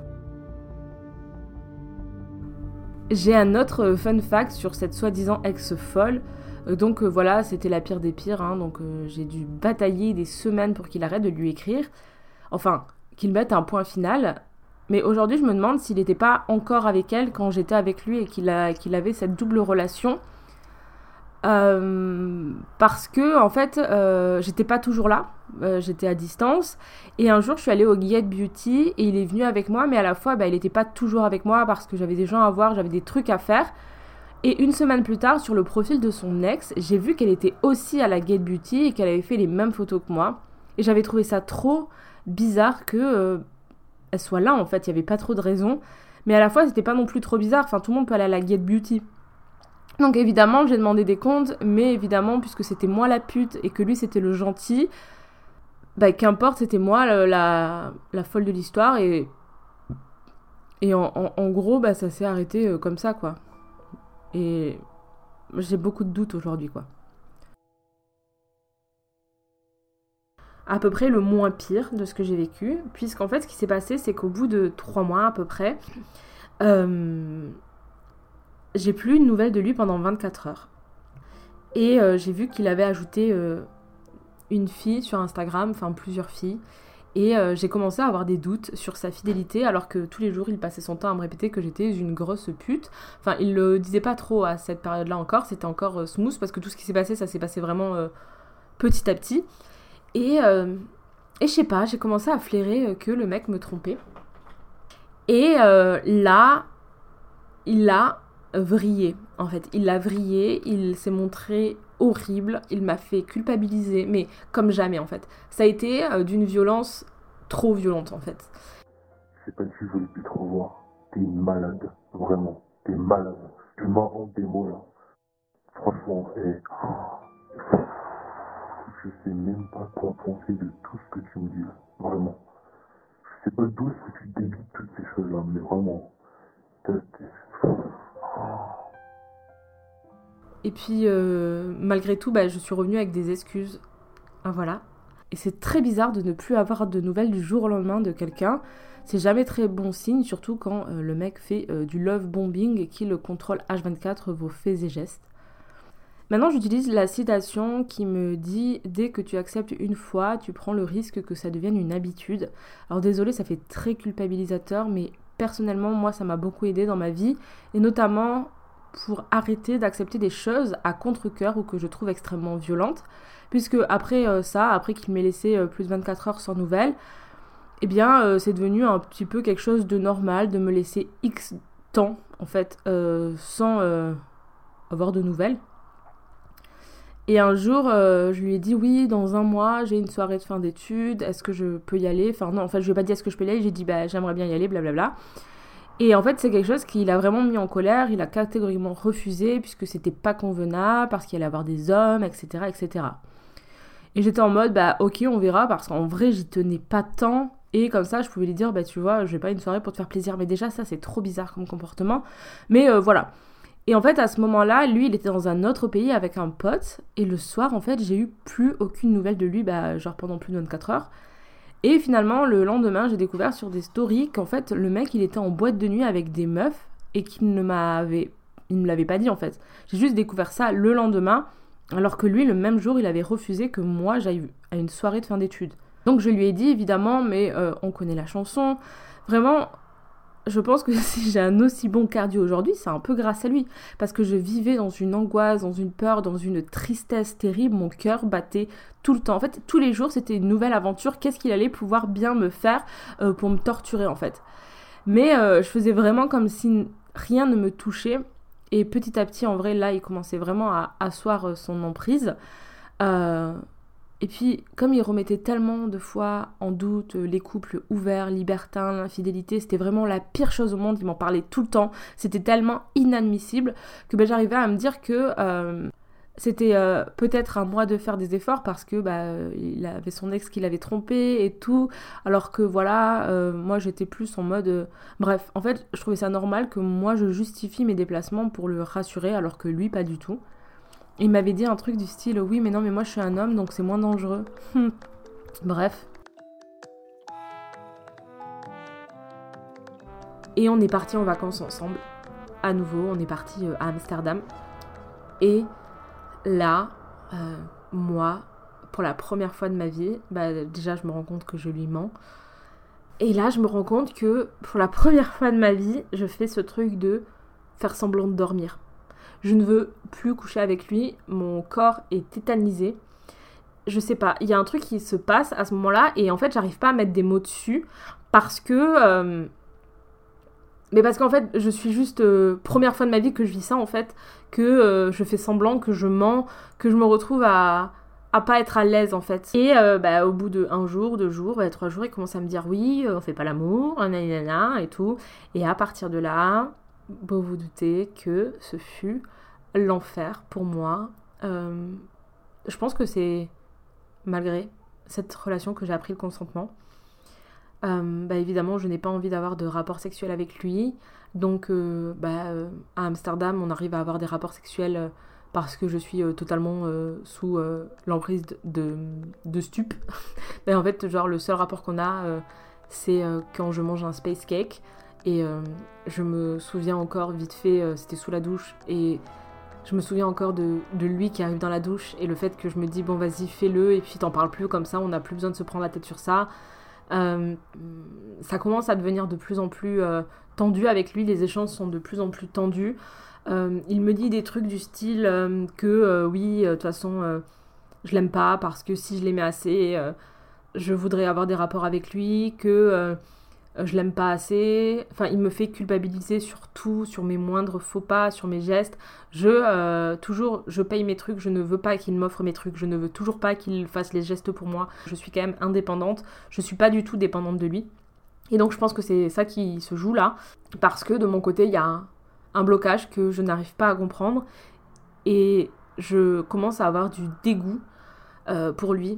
J'ai un autre fun fact sur cette soi-disant ex-folle. Euh, donc euh, voilà, c'était la pire des pires, hein, donc euh, j'ai dû batailler des semaines pour qu'il arrête de lui écrire, enfin qu'il mette un point final. Mais aujourd'hui, je me demande s'il n'était pas encore avec elle quand j'étais avec lui et qu'il, a, qu'il avait cette double relation. Euh, parce que, en fait, euh, j'étais pas toujours là. Euh, j'étais à distance. Et un jour, je suis allée au Get Beauty et il est venu avec moi. Mais à la fois, bah, il n'était pas toujours avec moi parce que j'avais des gens à voir, j'avais des trucs à faire. Et une semaine plus tard, sur le profil de son ex, j'ai vu qu'elle était aussi à la Get Beauty et qu'elle avait fait les mêmes photos que moi. Et j'avais trouvé ça trop bizarre que... Euh, elle soit là en fait, il n'y avait pas trop de raison, mais à la fois c'était pas non plus trop bizarre, enfin tout le monde peut aller à la Get Beauty. Donc évidemment j'ai demandé des comptes, mais évidemment puisque c'était moi la pute et que lui c'était le gentil, bah qu'importe, c'était moi la, la, la folle de l'histoire et, et en, en, en gros bah ça s'est arrêté euh, comme ça quoi. Et j'ai beaucoup de doutes aujourd'hui quoi. À peu près le moins pire de ce que j'ai vécu, puisqu'en fait ce qui s'est passé c'est qu'au bout de trois mois à peu près, euh, j'ai plus une nouvelle de lui pendant vingt-quatre heures. Et euh, j'ai vu qu'il avait ajouté euh, une fille sur Instagram, enfin plusieurs filles, et euh, j'ai commencé à avoir des doutes sur sa fidélité alors que tous les jours il passait son temps à me répéter que j'étais une grosse pute. Enfin il le disait pas trop à cette période-là encore, c'était encore euh, smooth parce que tout ce qui s'est passé ça s'est passé vraiment euh, petit à petit. Et, euh, et je sais pas, j'ai commencé à flairer que le mec me trompait. Et euh, là, il a vrillé, en fait. Il a vrillé, il s'est montré horrible, il m'a fait culpabiliser, mais comme jamais, en fait. Ça a été euh, d'une violence trop violente, en fait. C'est pas que je voulais plus te revoir. T'es une malade, vraiment. T'es malade. Tu m'inventes des mots, là. Franchement, et... je sais même pas quoi penser de tout ce que tu me dis là, vraiment. Je sais pas d'où est-ce que tu débites toutes ces choses-là, mais vraiment. Et puis, euh, malgré tout, bah, je suis revenue avec des excuses. Ah, voilà. Et c'est très bizarre de ne plus avoir de nouvelles du jour au lendemain de quelqu'un. C'est jamais très bon signe, surtout quand euh, le mec fait euh, du love bombing et qu'il contrôle H vingt-quatre vos faits et gestes. Maintenant, j'utilise la citation qui me dit « Dès que tu acceptes une fois, tu prends le risque que ça devienne une habitude ». Alors désolé, ça fait très culpabilisateur, mais personnellement, moi, ça m'a beaucoup aidé dans ma vie, et notamment pour arrêter d'accepter des choses à contre-cœur ou que je trouve extrêmement violentes, puisque après euh, ça, après qu'il m'ait laissé euh, plus de vingt-quatre heures sans nouvelles, eh bien, euh, c'est devenu un petit peu quelque chose de normal de me laisser X temps, en fait, euh, sans euh, avoir de nouvelles. Et un jour, euh, je lui ai dit, oui, dans un mois, j'ai une soirée de fin d'études, est-ce que je peux y aller ? Enfin non, en fait, je lui ai pas dit est-ce que je peux y aller, j'ai dit, bah, j'aimerais bien y aller, blablabla. Et en fait, c'est quelque chose qui l'a vraiment mis en colère, il a catégoriquement refusé, puisque c'était pas convenable, parce qu'il allait avoir des hommes, et cetera, et cetera. Et j'étais en mode, bah, ok, on verra, parce qu'en vrai, j'y tenais pas tant, et comme ça, je pouvais lui dire, bah, tu vois, je vais pas une soirée pour te faire plaisir, mais déjà, ça, c'est trop bizarre comme comportement. Mais euh, voilà. Et en fait, à ce moment-là, lui, il était dans un autre pays avec un pote, et le soir, en fait, j'ai eu plus aucune nouvelle de lui, bah, genre pendant plus de vingt-quatre heures. Et finalement, le lendemain, j'ai découvert sur des stories qu'en fait, le mec, il était en boîte de nuit avec des meufs et qu'il ne m'avait, il me l'avait pas dit en fait. J'ai juste découvert ça le lendemain, alors que lui, le même jour, il avait refusé que moi, j'aille à une soirée de fin d'études. Donc je lui ai dit, évidemment, mais euh, on connaît la chanson. Vraiment, je pense que si j'ai un aussi bon cardio aujourd'hui, c'est un peu grâce à lui. Parce que je vivais dans une angoisse, dans une peur, dans une tristesse terrible. Mon cœur battait tout le temps. En fait, tous les jours, c'était une nouvelle aventure. Qu'est-ce qu'il allait pouvoir bien me faire euh, pour me torturer, en fait. Mais euh, je faisais vraiment comme si rien ne me touchait. Et petit à petit, en vrai, là, il commençait vraiment à asseoir son emprise. Euh... Et puis, comme il remettait tellement de fois en doute les couples ouverts, libertins, l'infidélité, c'était vraiment la pire chose au monde, il m'en parlait tout le temps, c'était tellement inadmissible que ben, j'arrivais à me dire que euh, c'était euh, peut-être à moi de faire des efforts parce que bah, il avait son ex qui l'avait trompé et tout, alors que voilà, euh, moi j'étais plus en mode... Euh, bref, en fait, je trouvais ça normal que moi je justifie mes déplacements pour le rassurer, alors que lui, pas du tout. Il m'avait dit un truc du style « Oui, mais non, mais moi je suis un homme, donc c'est moins dangereux. » Bref. Et on est partis en vacances ensemble. À nouveau, on est partis à Amsterdam. Et là, euh, moi, pour la première fois de ma vie, bah, déjà je me rends compte que je lui mens. Et là, je me rends compte que pour la première fois de ma vie, je fais ce truc de faire semblant de dormir. Je ne veux plus coucher avec lui, mon corps est tétanisé. Je sais pas, il y a un truc qui se passe à ce moment-là et en fait, j'arrive pas à mettre des mots dessus parce que... Euh... Mais parce qu'en fait, je suis juste... Euh, première fois de ma vie que je vis ça, en fait, que euh, je fais semblant, que je mens, que je me retrouve à, à pas être à l'aise, en fait. Et euh, bah, au bout de un jour, deux jours, bah, trois jours, il commence à me dire « Oui, on fait pas l'amour, nanana, et tout. » Et à partir de là... Vous vous doutez que ce fut l'enfer pour moi. Euh, je pense que c'est malgré cette relation que j'ai appris le consentement. Euh, bah évidemment, je n'ai pas envie d'avoir de rapport sexuel avec lui. Donc, euh, bah, euh, à Amsterdam, on arrive à avoir des rapports sexuels euh, parce que je suis euh, totalement euh, sous euh, l'emprise de, de, de stup. Mais en fait, genre, le seul rapport qu'on a, euh, c'est euh, quand je mange un space cake. Et euh, je me souviens encore vite fait, euh, c'était sous la douche, et je me souviens encore de, de lui qui arrive dans la douche, et le fait que je me dis, bon vas-y, fais-le, et puis t'en parles plus comme ça, on n'a plus besoin de se prendre la tête sur ça. Euh, ça commence à devenir de plus en plus euh, tendu avec lui, les échanges sont de plus en plus tendus. Euh, il me dit des trucs du style euh, que euh, oui, de euh, toute façon, euh, je l'aime pas, parce que si je l'aimais assez, euh, je voudrais avoir des rapports avec lui, que... Euh, je l'aime pas assez, enfin il me fait culpabiliser sur tout, sur mes moindres faux pas, sur mes gestes. Je, euh, toujours, je paye mes trucs, je ne veux pas qu'il m'offre mes trucs, je ne veux toujours pas qu'il fasse les gestes pour moi. Je suis quand même indépendante, je suis pas du tout dépendante de lui. Et donc je pense que c'est ça qui se joue là, parce que de mon côté il y a un, un blocage que je n'arrive pas à comprendre, et je commence à avoir du dégoût euh, pour lui.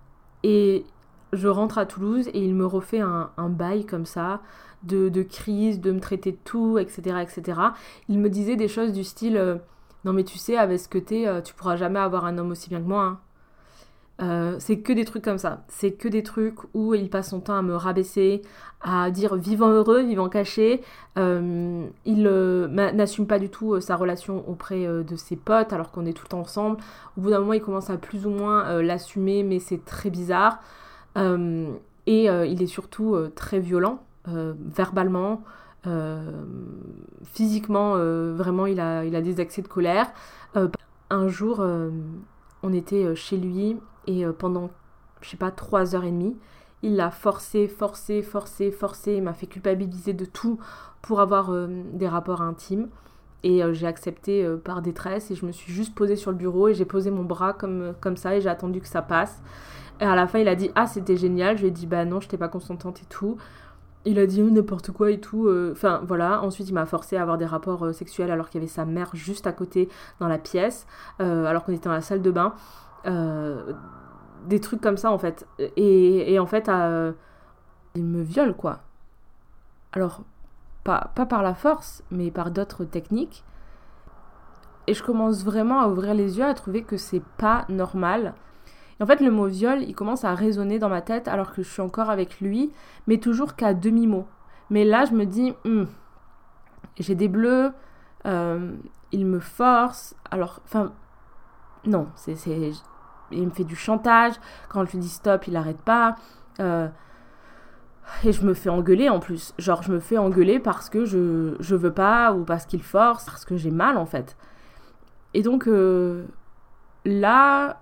Et je rentre à Toulouse et il me refait un, un bail comme ça, de, de crise, de me traiter de tout, et cetera, et cetera. Il me disait des choses du style euh, « Non mais tu sais, avec ce que t'es, euh, tu pourras jamais avoir un homme aussi bien que moi. Hein. » Euh, c'est que des trucs comme ça. C'est que des trucs où il passe son temps à me rabaisser, à dire vivant heureux, vivant caché. Euh, il euh, n'assume pas du tout euh, sa relation auprès euh, de ses potes alors qu'on est tout le temps ensemble. Au bout d'un moment, il commence à plus ou moins euh, l'assumer, mais c'est très bizarre. Euh, et euh, il est surtout euh, très violent, euh, verbalement, euh, physiquement. Euh, vraiment, il a, il a des accès de colère. Euh, un jour, euh, on était chez lui. Et pendant, je sais pas, trois heures et demie, il l'a forcé, forcé, forcé, forcé. Il m'a fait culpabiliser de tout pour avoir euh, des rapports intimes. Et euh, j'ai accepté euh, par détresse. Et je me suis juste posée sur le bureau et j'ai posé mon bras comme, comme ça. Et j'ai attendu que ça passe. Et à la fin, il a dit « Ah, c'était génial ». Je lui ai dit « Bah non, je n'étais pas consentante et tout ». Il a dit oh, n'importe quoi et tout. Enfin, euh, voilà. Ensuite, il m'a forcé à avoir des rapports euh, sexuels alors qu'il y avait sa mère juste à côté dans la pièce. Euh, alors qu'on était dans la salle de bain. Euh, des trucs comme ça en fait et, et en fait euh, il me viole quoi, alors pas, pas par la force mais par d'autres techniques et je commence vraiment à ouvrir les yeux, à trouver que c'est pas normal. Et en fait le mot viol il commence à résonner dans ma tête alors que je suis encore avec lui, mais toujours qu'à demi-mot. Mais là je me dis hm, j'ai des bleus, euh, il me force, alors enfin non c'est, c'est il me fait du chantage, quand je lui dis stop, il n'arrête pas. Euh, et je me fais engueuler en plus. Genre, je me fais engueuler parce que je, je veux pas ou parce qu'il force, parce que j'ai mal en fait. Et donc, euh, là,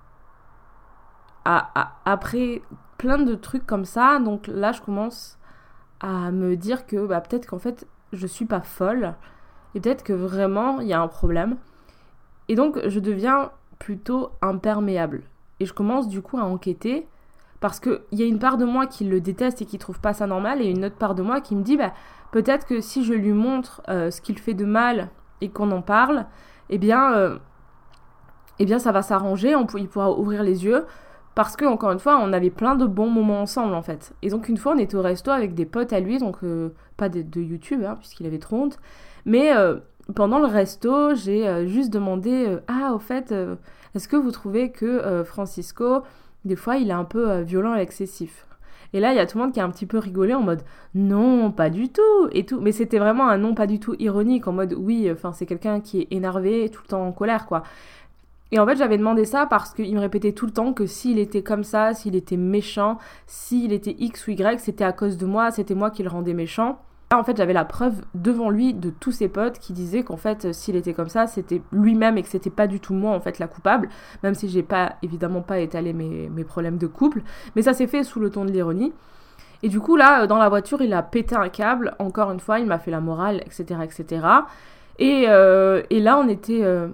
à, à, après plein de trucs comme ça, donc là, je commence à me dire que bah, peut-être qu'en fait, je suis pas folle. Et peut-être que vraiment, il y a un problème. Et donc, je deviens plutôt imperméable. Et je commence du coup à enquêter parce qu'il y a une part de moi qui le déteste et qui trouve pas ça normal et une autre part de moi qui me dit bah, peut-être que si je lui montre euh, ce qu'il fait de mal et qu'on en parle, eh bien, euh, eh bien ça va s'arranger, on, il pourra ouvrir les yeux parce que encore une fois on avait plein de bons moments ensemble en fait. Et donc une fois on était au resto avec des potes à lui, donc euh, pas de, de YouTube hein, puisqu'il avait trop honte, mais euh, pendant le resto, j'ai euh, juste demandé euh, « Ah, au fait, euh, est-ce que vous trouvez que euh, Francisco, des fois, il est un peu euh, violent et excessif ?» Et là, il y a tout le monde qui a un petit peu rigolé en mode « Non, pas du tout !» et tout. Mais c'était vraiment un non pas du tout ironique, en mode « Oui, enfin, c'est quelqu'un qui est énervé, tout le temps en colère, quoi. » Et en fait, j'avais demandé ça parce qu'il me répétait tout le temps que s'il était comme ça, s'il était méchant, s'il était X ou Y, c'était à cause de moi, c'était moi qui le rendais méchant. Là, en fait, j'avais la preuve devant lui de tous ses potes qui disaient qu'en fait, s'il était comme ça, c'était lui-même et que c'était pas du tout moi, en fait, la coupable, même si j'ai pas, évidemment pas étalé mes, mes problèmes de couple, mais ça s'est fait sous le ton de l'ironie. Et du coup, là, dans la voiture, il a pété un câble, encore une fois, il m'a fait la morale, et cetera, et cetera. Et, euh, et là, on était... Euh,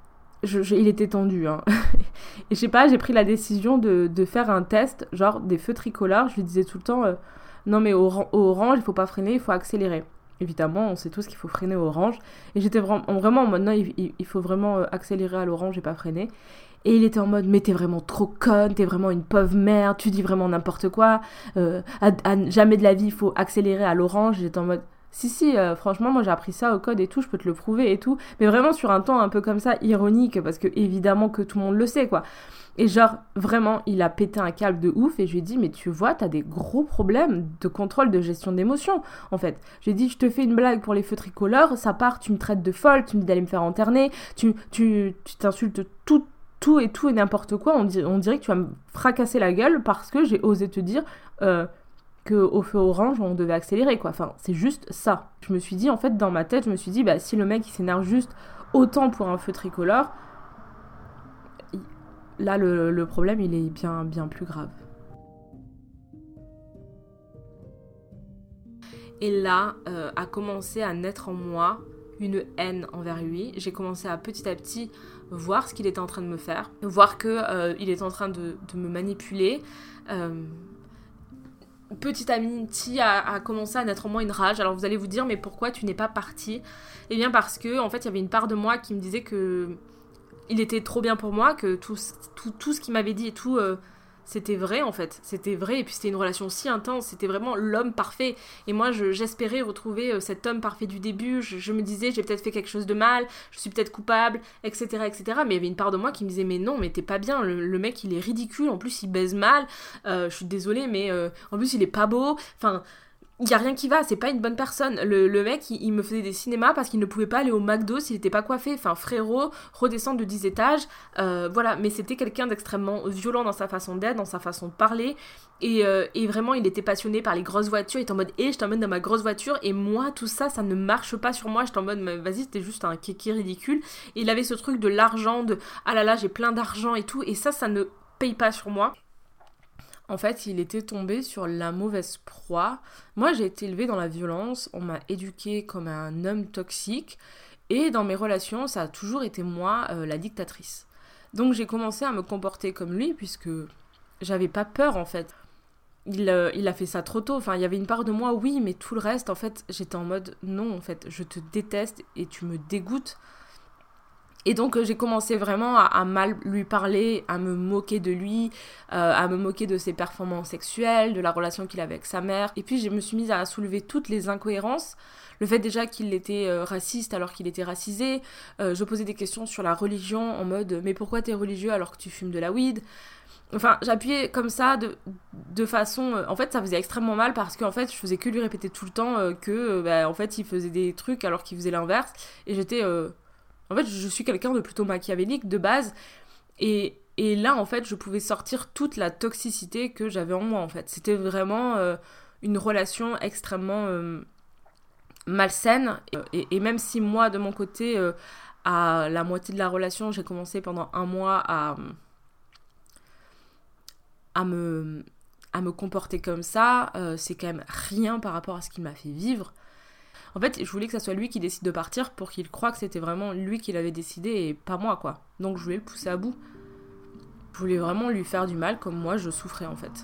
je, je, il était tendu, hein. Et je sais pas, j'ai pris la décision de, de faire un test, genre des feux tricolores, je lui disais tout le temps... Euh, non mais au, au orange, il faut pas freiner, il faut accélérer. Évidemment, on sait tous qu'il faut freiner au orange. Et j'étais vraiment, vraiment en mode, non, il, il faut vraiment accélérer à l'orange et pas freiner. Et il était en mode, mais t'es vraiment trop conne, t'es vraiment une pauvre merde, tu dis vraiment n'importe quoi. Euh, à, à jamais de la vie, il faut accélérer à l'orange. J'étais en mode, si, si, euh, franchement, moi j'ai appris ça au code et tout, je peux te le prouver et tout. Mais vraiment sur un ton un peu comme ça, ironique, parce que évidemment que tout le monde le sait, quoi. Et genre, vraiment, il a pété un câble de ouf et je lui ai dit, mais tu vois, t'as des gros problèmes de contrôle de gestion d'émotions, en fait. Je lui ai dit, je te fais une blague pour les feux tricolores, ça part, tu me traites de folle, tu me dis d'aller me faire interner, tu, tu, tu t'insultes tout, tout et tout et n'importe quoi, on, dir- on dirait que tu vas me fracasser la gueule parce que j'ai osé te dire euh, qu'au feu orange, on devait accélérer, quoi. Enfin, c'est juste ça. Je me suis dit, en fait, dans ma tête, je me suis dit, bah, si le mec, il s'énerve juste autant pour un feu tricolore, là, le, le problème, il est bien, bien plus grave. Et là, euh, a commencé à naître en moi une haine envers lui. J'ai commencé à petit à petit voir ce qu'il était en train de me faire, voir qu'il euh, était en train de, de me manipuler. Euh, petit à petit a, a commencé à naître en moi une rage. Alors vous allez vous dire, mais pourquoi tu n'es pas partie ? Eh bien parce que, en fait, il y avait une part de moi qui me disait que il était trop bien pour moi, que tout, tout, tout ce qu'il m'avait dit et tout, euh, c'était vrai en fait, c'était vrai, et puis c'était une relation si intense, c'était vraiment l'homme parfait, et moi je, j'espérais retrouver euh, cet homme parfait du début, je, je me disais j'ai peut-être fait quelque chose de mal, je suis peut-être coupable, et cetera, et cetera, mais il y avait une part de moi qui me disait mais non, mais t'es pas bien, le, le mec il est ridicule, en plus il baise mal, euh, je suis désolée, mais euh, en plus il est pas beau, enfin... Il y a rien qui va, c'est pas une bonne personne. Le, le mec, il, il me faisait des cinémas parce qu'il ne pouvait pas aller au McDo s'il était pas coiffé. Enfin, frérot, redescendre de dix étages. Euh, voilà, mais c'était quelqu'un d'extrêmement violent dans sa façon d'être, dans sa façon de parler. Et, euh, et vraiment, il était passionné par les grosses voitures. Il était en mode, hé, hey, je t'emmène dans ma grosse voiture. Et moi, tout ça, ça ne marche pas sur moi. J'étais en mode, vas-y, c'était juste un kéké ridicule. Et il avait ce truc de l'argent, de, ah là là, j'ai plein d'argent et tout. Et ça, ça ne paye pas sur moi. En fait, il était tombé sur la mauvaise proie. Moi, j'ai été élevée dans la violence, on m'a éduquée comme un homme toxique, et dans mes relations, ça a toujours été moi, euh, la dictatrice. Donc j'ai commencé à me comporter comme lui, puisque j'avais pas peur, en fait. Il, euh, il a fait ça trop tôt, enfin, il y avait une part de moi, oui, mais tout le reste, en fait, j'étais en mode, non, en fait, je te déteste, et tu me dégoûtes. Et donc euh, j'ai commencé vraiment à, à mal lui parler, à me moquer de lui, euh, à me moquer de ses performances sexuelles, de la relation qu'il avait avec sa mère. Et puis je me suis mise à soulever toutes les incohérences. Le fait déjà qu'il était euh, raciste alors qu'il était racisé. Euh, je posais des questions sur la religion en mode « mais pourquoi t'es religieux alors que tu fumes de la weed ?» Enfin, j'appuyais comme ça de, de façon... Euh, en fait, ça faisait extrêmement mal parce qu'en fait, je faisais que lui répéter tout le temps euh, que, euh, bah, en fait, il faisait des trucs alors qu'il faisait l'inverse. Et j'étais... Euh, En fait, je suis quelqu'un de plutôt machiavélique de base, et, et là, en fait, je pouvais sortir toute la toxicité que j'avais en moi, en fait. C'était vraiment euh, une relation extrêmement euh, malsaine, et, et même si moi, de mon côté, euh, à la moitié de la relation, j'ai commencé pendant un mois à, à, me, à me comporter comme ça, euh, c'est quand même rien par rapport à ce qu'il m'a fait vivre. En fait, je voulais que ça soit lui qui décide de partir pour qu'il croie que c'était vraiment lui qui l'avait décidé et pas moi, quoi. Donc je voulais le pousser à bout. Je voulais vraiment lui faire du mal comme moi je souffrais, en fait.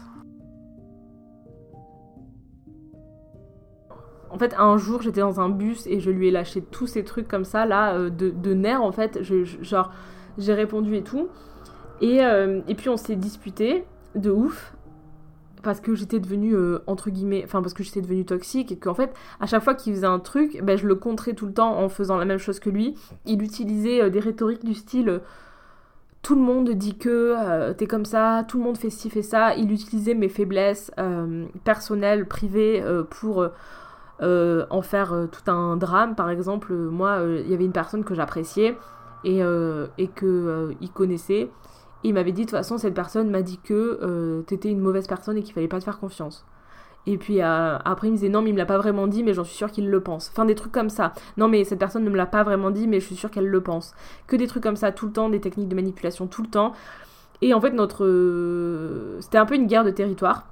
En fait, un jour, j'étais dans un bus et je lui ai lâché tous ces trucs comme ça, là, euh, de, de nerfs, en fait. Je, je, genre, j'ai répondu et tout. Et, euh, et puis, on s'est disputé de ouf. Parce que j'étais devenue, euh, entre guillemets, enfin parce que j'étais devenue toxique et qu'en fait, à chaque fois qu'il faisait un truc, ben, je le contrais tout le temps en faisant la même chose que lui. Il utilisait euh, des rhétoriques du style euh, « tout le monde dit que euh, t'es comme ça, tout le monde fait ci, fait ça ». Il utilisait mes faiblesses euh, personnelles, privées, euh, pour euh, euh, en faire euh, tout un drame. Par exemple, euh, moi, il euh, y avait une personne que j'appréciais et, euh, et qu'il euh, connaissait. Il m'avait dit, de toute façon, cette personne m'a dit que euh, t'étais une mauvaise personne et qu'il fallait pas te faire confiance. Et puis euh, après, il me disait, non, mais il me l'a pas vraiment dit, mais j'en suis sûre qu'il le pense. Enfin, des trucs comme ça. Non, mais cette personne ne me l'a pas vraiment dit, mais je suis sûre qu'elle le pense. Que des trucs comme ça, tout le temps, des techniques de manipulation, tout le temps. Et en fait, notre... Euh, c'était un peu une guerre de territoire.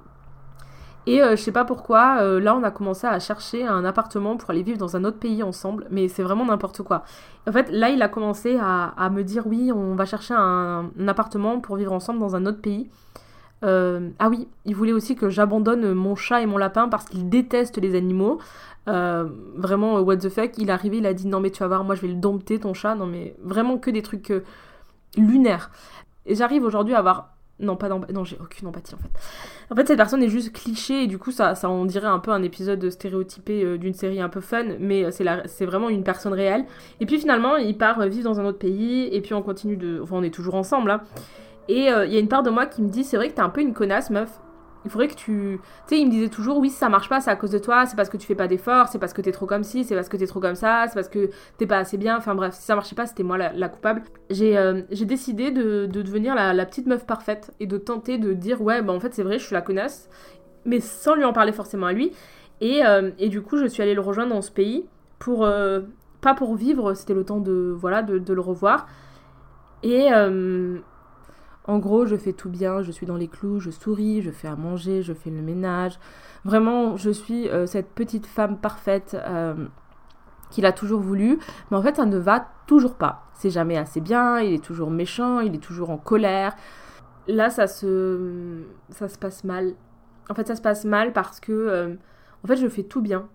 Et euh, je sais pas pourquoi, euh, là on a commencé à chercher un appartement pour aller vivre dans un autre pays ensemble, mais c'est vraiment n'importe quoi. En fait, là il a commencé à, à me dire oui, on va chercher un, un appartement pour vivre ensemble dans un autre pays. Euh, ah oui, il voulait aussi que j'abandonne mon chat et mon lapin parce qu'il déteste les animaux. Euh, vraiment, what the fuck, il est arrivé, il a dit non mais tu vas voir, moi je vais le dompter ton chat, non mais vraiment que des trucs euh, lunaires. Et j'arrive aujourd'hui à avoir... Non, pas d'empathie. Non, j'ai aucune empathie en fait. En fait, cette personne est juste cliché et du coup, ça, ça on dirait un peu un épisode stéréotypé euh, d'une série un peu fun, mais c'est, la, c'est vraiment une personne réelle. Et puis finalement, il part euh, vivre dans un autre pays et puis on continue de. Enfin, on est toujours ensemble, hein. Et il euh, y a une part de moi qui me dit c'est vrai que t'es un peu une connasse, meuf. Il faudrait que tu... Tu sais, il me disait toujours, oui, si ça marche pas, c'est à cause de toi, c'est parce que tu fais pas d'efforts, c'est parce que t'es trop comme ci, c'est parce que t'es trop comme ça, c'est parce que t'es pas assez bien, enfin bref, si ça marchait pas, c'était moi la, la coupable. J'ai, euh, j'ai décidé de, de devenir la, la petite meuf parfaite et de tenter de dire, ouais, bah en fait, c'est vrai, je suis la connasse, mais sans lui en parler forcément à lui. Et, euh, et du coup, je suis allée le rejoindre dans ce pays pour... Euh, pas pour vivre, c'était le temps de, voilà, de, de le revoir. Et... Euh, En gros, je fais tout bien, je suis dans les clous, je souris, je fais à manger, je fais le ménage. Vraiment, je suis euh, cette petite femme parfaite euh, qu'il a toujours voulu. Mais en fait, ça ne va toujours pas. C'est jamais assez bien, il est toujours méchant, il est toujours en colère. Là, ça se, ça se passe mal. En fait, ça se passe mal parce que, euh, en fait, je fais tout bien.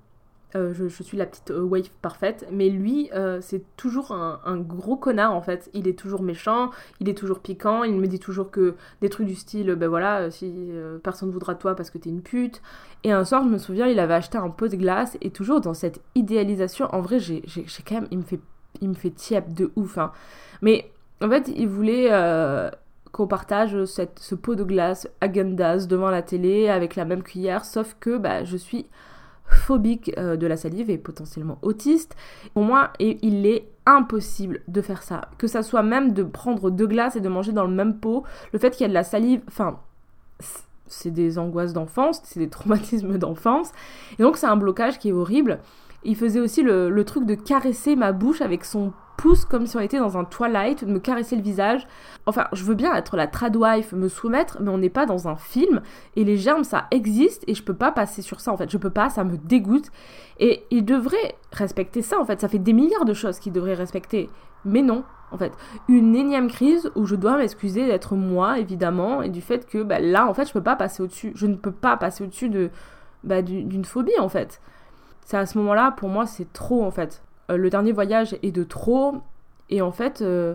Euh, je, je suis la petite euh, wave parfaite, mais lui, euh, c'est toujours un, un gros connard en fait. Il est toujours méchant, il est toujours piquant, il me dit toujours que des trucs du style, ben voilà, si euh, personne voudra de toi parce que t'es une pute. Et un soir, je me souviens, il avait acheté un pot de glace et toujours dans cette idéalisation, en vrai, j'ai, j'ai, j'ai quand même, il me fait, il me fait tiep de ouf. Hein. Mais en fait, il voulait euh, qu'on partage cette, ce pot de glace Häagen-Dazs devant la télé avec la même cuillère, sauf que bah, je suis phobique euh, de la salive et potentiellement autiste. Pour moi, et il est impossible de faire ça. Que ça soit même de prendre deux glaces et de manger dans le même pot, le fait qu'il y a de la salive, enfin, c'est des angoisses d'enfance, c'est des traumatismes d'enfance. Et donc c'est un blocage qui est horrible. Il faisait aussi le, le truc de caresser ma bouche avec son pouce comme si on était dans un Twilight, de me caresser le visage. Enfin, je veux bien être la tradwife, me soumettre, mais on n'est pas dans un film, et les germes, ça existe, et je peux pas passer sur ça, en fait. Je peux pas, ça me dégoûte. Et il devrait respecter ça, en fait. Ça fait des milliards de choses qu'il devrait respecter. Mais non, en fait. Une énième crise où je dois m'excuser d'être moi, évidemment, et du fait que, bah, là, en fait, je peux pas passer au-dessus. Je ne peux pas passer au-dessus de, bah, d'une phobie, en fait. C'est à ce moment-là, pour moi, c'est trop, en fait. Euh, le dernier voyage est de trop, et en fait, euh,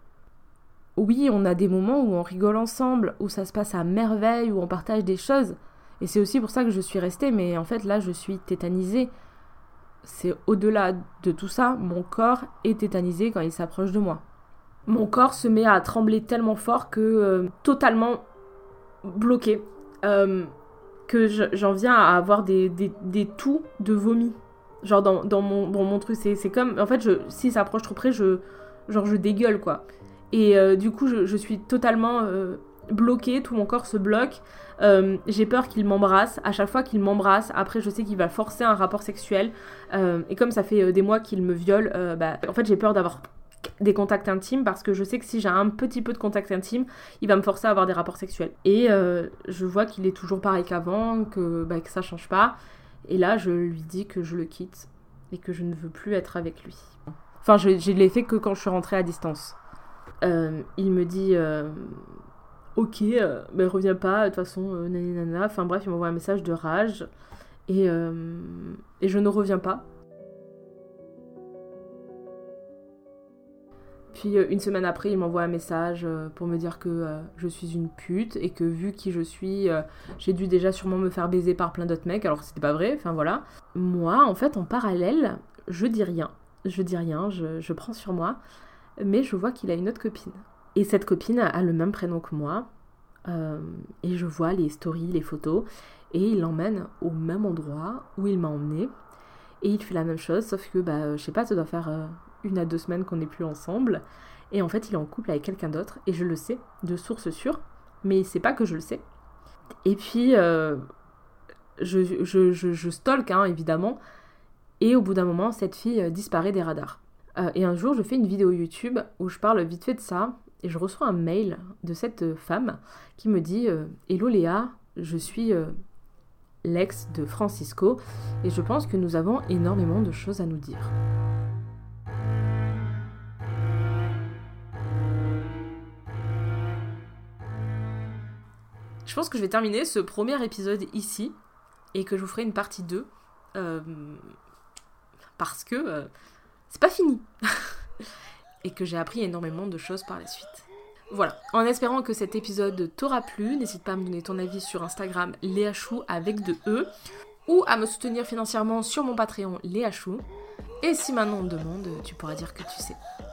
oui, on a des moments où on rigole ensemble, où ça se passe à merveille, où on partage des choses, et c'est aussi pour ça que je suis restée, mais en fait, là, je suis tétanisée. C'est au-delà de tout ça, mon corps est tétanisé quand il s'approche de moi. Mon corps se met à trembler tellement fort que, euh, totalement bloqué, euh, que je, j'en viens à avoir des, des, des toux de vomi. Genre dans, dans, mon, dans mon truc, c'est, c'est comme... En fait, je, si ça approche trop près, je, genre je dégueule, quoi. Et euh, du coup, je, je suis totalement euh, bloquée, tout mon corps se bloque. Euh, j'ai peur qu'il m'embrasse. À chaque fois qu'il m'embrasse, après, je sais qu'il va forcer un rapport sexuel. Euh, et comme ça fait euh, des mois qu'il me viole, euh, bah, en fait, j'ai peur d'avoir des contacts intimes parce que je sais que si j'ai un petit peu de contact intime, il va me forcer à avoir des rapports sexuels. Et euh, je vois qu'il est toujours pareil qu'avant, que, bah, que ça change pas. Et là, je lui dis que je le quitte et que je ne veux plus être avec lui. Enfin, je, je l'ai fait que quand je suis rentrée à distance. Euh, il me dit euh, ok, euh, ben reviens pas, de toute façon, euh, naninana. Enfin bref, il m'envoie un message de rage et, euh, et je ne reviens pas. Puis euh, une semaine après, il m'envoie un message euh, pour me dire que euh, je suis une pute et que vu qui je suis, euh, j'ai dû déjà sûrement me faire baiser par plein d'autres mecs, alors que c'était pas vrai, enfin voilà. Moi, en fait, en parallèle, je dis rien. Je dis rien, je, je prends sur moi, mais je vois qu'il a une autre copine. Et cette copine a le même prénom que moi, euh, et je vois les stories, les photos, et il l'emmène au même endroit où il m'a emmenée, et il fait la même chose, sauf que, bah, je sais pas, ça doit faire... Euh, une à deux semaines qu'on n'est plus ensemble, et en fait il est en couple avec quelqu'un d'autre, et je le sais, de source sûre, mais il sait pas que je le sais. Et puis, euh, je, je, je, je stalk, hein, évidemment, et au bout d'un moment, cette fille disparaît des radars. Euh, et un jour, je fais une vidéo YouTube où je parle vite fait de ça, et je reçois un mail de cette femme qui me dit euh, « Hello Léa, je suis euh, l'ex de Francisco, et je pense que nous avons énormément de choses à nous dire. » Je pense que je vais terminer ce premier épisode ici et que je vous ferai une partie deux euh, parce que euh, c'est pas fini et que j'ai appris énormément de choses par la suite. Voilà, en espérant que cet épisode t'aura plu, n'hésite pas à me donner ton avis sur Instagram léachou avec deux E ou à me soutenir financièrement sur mon Patreon léachou. Et si maintenant on te demande, tu pourras dire que tu sais.